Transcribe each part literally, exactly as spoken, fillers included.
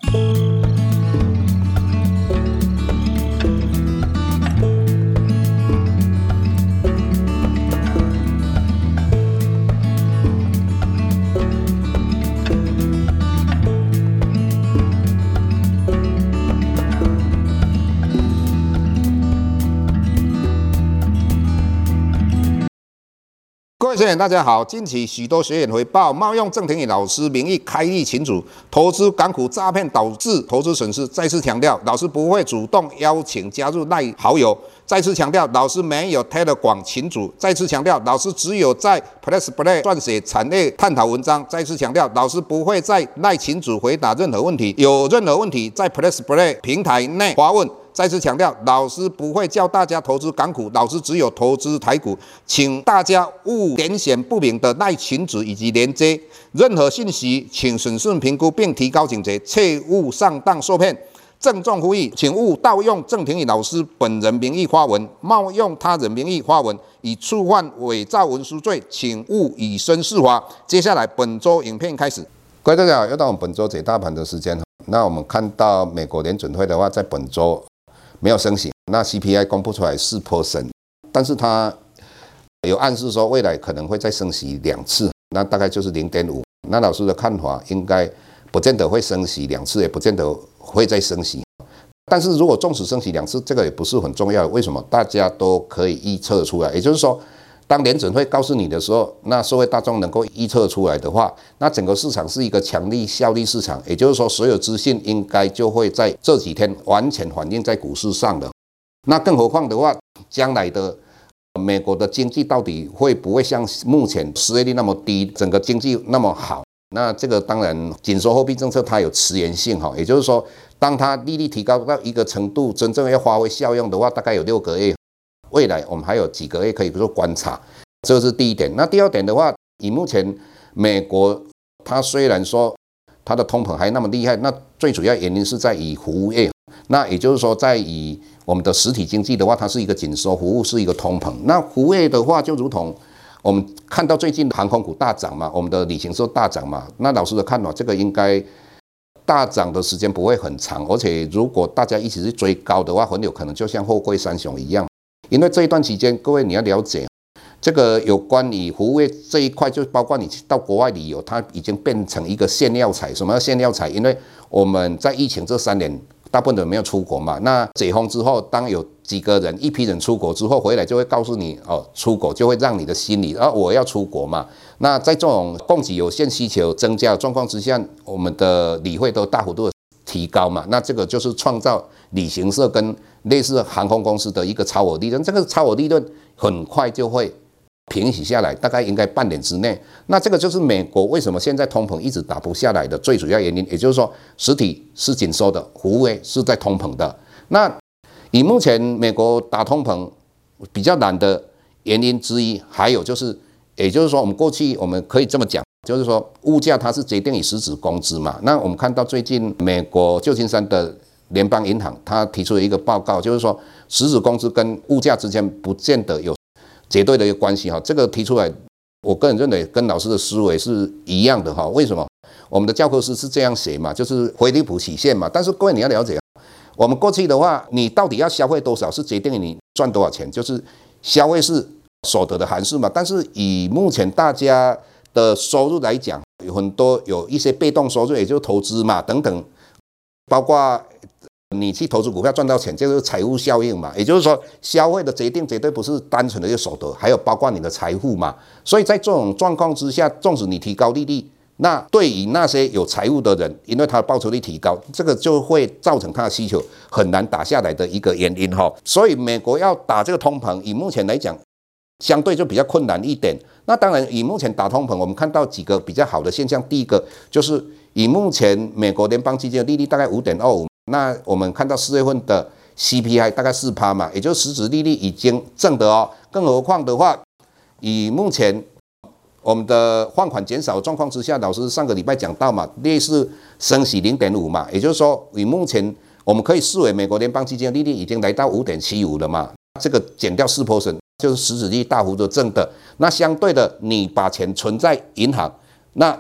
各位学员，大家好。近期许多学员回报，冒用郑庭宇老师名义开立群组，投资港股诈骗导致投资损失。再次强调，老师不会主动邀请加入赖好友。再次强调，老师没有 Telegram 群组。再次强调，老师只有在 Plus Play 撰写产业探讨文章。再次强调，老师不会在赖群组回答任何问题，有任何问题在 Plus Play 平台内发问。再次强调，老师不会教大家投资港股，老师只有投资台股，请大家勿点选不明的赖群组以及连接，任何信息请审慎评估并提高警觉，切勿上当受骗。郑重呼吁，请勿盗用郑庭宇老师本人名义发文，冒用他人名义发文，以触犯伪造文书罪，请勿以身试法。接下来本周影片开始。各位大家好，又到我们本周解大盘的时间。那我们看到美国联准会的话，在本周没有升息，那 C P I 公布出来 百分之四， 但是它有暗示说未来可能会再升息两次，那大概就是 零点五。那老师的看法应该不见得会升息两次，也不见得会再升息。但是如果纵使升息两次，这个也不是很重要的。为什么？大家都可以预测出来，也就是说，当联准会告诉你的时候，那社会大众能够预测出来的话，那整个市场是一个强力效率市场，也就是说，所有资讯应该就会在这几天完全反映在股市上的。那更何况的话，将来的美国的经济到底会不会像目前失业率那么低，整个经济那么好？那这个当然，紧缩货币政策它有迟延性哈，也就是说，当它利率提高到一个程度，真正要发挥效用的话，大概有六个月。未来我们还有几个月可以做观察，这是第一点。那第二点的话，以目前美国它虽然说它的通膨还那么厉害，那最主要原因是在于服务业。那也就是说，在以我们的实体经济的话，它是一个紧缩，服务是一个通膨。那服务业的话，就如同我们看到最近航空股大涨嘛，我们的旅行社大涨嘛。那老师的看法，这个应该大涨的时间不会很长，而且如果大家一起去追高的话，很有可能就像货柜三雄一样。因为这一段期间，各位你要了解，这个有关于服务业这一块，就包括你到国外旅游，它已经变成一个炫耀财。什么叫炫耀财？因为我们在疫情这三年，大部分人没有出国嘛。那解封之后，当有几个人、一批人出国之后回来，就会告诉你哦，出国就会让你的心里啊，我要出国嘛。那在这种供给有限、需求增加的状况之下，我们的旅费都大幅度的提高嘛。那这个就是创造旅行社跟类似航空公司的一个超额利润，这个超额利润很快就会平息下来，大概应该半年之内。那这个就是美国为什么现在通膨一直打不下来的最主要原因，也就是说，实体是紧缩的，服务业是在通膨的。那以目前美国打通膨比较难的原因之一，还有就是，也就是说，我们过去我们可以这么讲，就是说物价它是决定于实质工资嘛。那我们看到最近美国旧金山的联邦银行它提出了一个报告，就是说实质工资跟物价之间不见得有绝对的一个关系哈。这个提出来，我个人认为跟老师的思维是一样的哈。为什么？我们的教科书是这样写嘛，就是菲利普曲线嘛。但是各位你要了解，我们过去的话，你到底要消费多少是决定你赚多少钱，就是消费是所得的函数嘛。但是以目前大家的收入来讲，有很多有一些被动收入，也就是投资嘛等等，包括你去投资股票赚到钱，就是财务效应嘛。也就是说，消费的决定绝对不是单纯的一个所得，还有包括你的财富嘛。所以在这种状况之下，纵使你提高利率，那对于那些有财务的人，因为他的报酬率提高，这个就会造成他的需求很难打下来的一个原因哈。所以美国要打这个通膨，以目前来讲，相对就比较困难一点。那当然，以目前打通膨，我们看到几个比较好的现象。第一个就是以目前美国联邦基金的利率大概 五点二五。那我们看到四月份的 C P I 大概 百分之四 嘛，也就是实质利率已经正的哦。更何况的话，以目前我们的放款减少的状况之下，老师上个礼拜讲到嘛，类似升息 零点五 嘛，也就是说，以目前我们可以视为美国联邦基金的利率已经来到 五点七五 了嘛，这个减掉 百分之四， 就是实质利率大幅度正的。那相对的，你把钱存在银行，那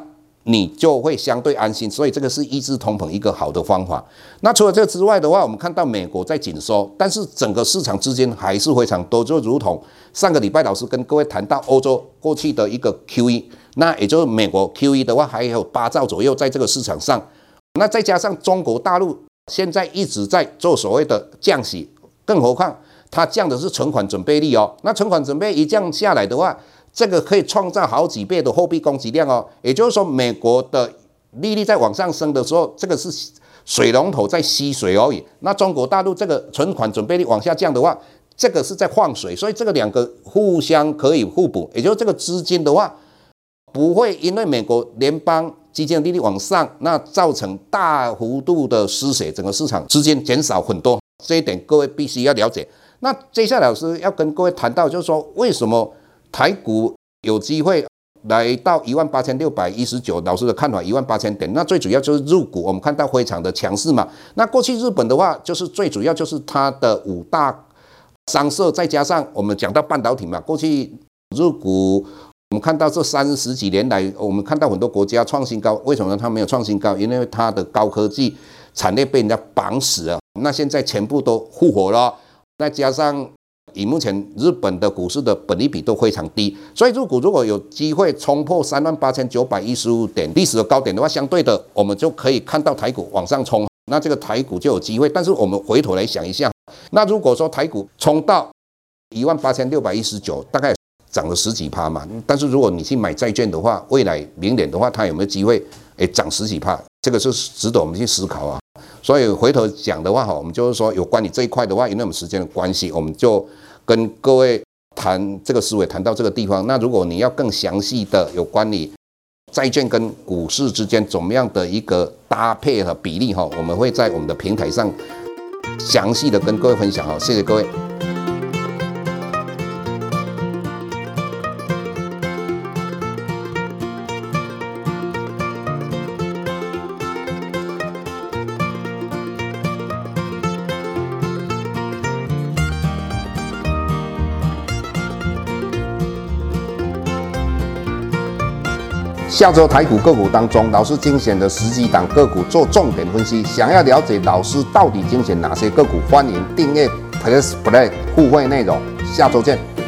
你就会相对安心，所以这个是抑制通膨一个好的方法。那除了这个之外的话，我们看到美国在紧缩，但是整个市场资金还是非常多，就如同上个礼拜老师跟各位谈到欧洲过去的一个 Q E， 那也就是美国 Q E 的话还有八兆左右在这个市场上，那再加上中国大陆现在一直在做所谓的降息，更何况它降的是存款准备率哦，那存款准备一降下来的话，这个可以创造好几倍的货币供给量哦，也就是说，美国的利率在往上升的时候，这个是水龙头在吸水而已。那中国大陆这个存款准备率往下降的话，这个是在放水，所以这个两个互相可以互补。也就是这个资金的话，不会因为美国联邦基金利率往上，那造成大幅度的失血，整个市场资金减少很多。这一点各位必须要了解。那接下来老师要跟各位谈到，就是说为什么台股有机会来到一万八千六百一十九，老师的看法一万八千点。那最主要就是入股，我们看到非常的强势嘛。那过去日本的话，就是最主要就是它的五大商社，再加上我们讲到半导体嘛。过去入股，我们看到这三十几年来，我们看到很多国家创新高，为什么它没有创新高？因为它的高科技产业被人家绑死了。那现在全部都复活了，再加上以目前日本的股市的本益比都非常低，所以入股如果有机会冲破三万八千九百一十五点历史的高点的话，相对的我们就可以看到台股往上冲，那这个台股就有机会。但是我们回头来想一下，那如果说台股冲到一万八千六百一十九，大概涨了十几趴嘛，但是如果你去买债券的话，未来明年的话，它有没有机会诶涨十几趴？这个是值得我们去思考啊。所以回头讲的话，哈，我们就是说有关于这一块的话，因为我们时间的关系，我们就跟各位谈这个思维，谈到这个地方。那如果你要更详细的有关于债券跟股市之间怎么样的一个搭配和比例，哈，我们会在我们的平台上详细的跟各位分享。好，谢谢各位。下周台股个股当中，老师精选的十几档个股做重点分析。想要了解老师到底精选哪些个股，欢迎订阅 Plus Play 互惠内容。下周见。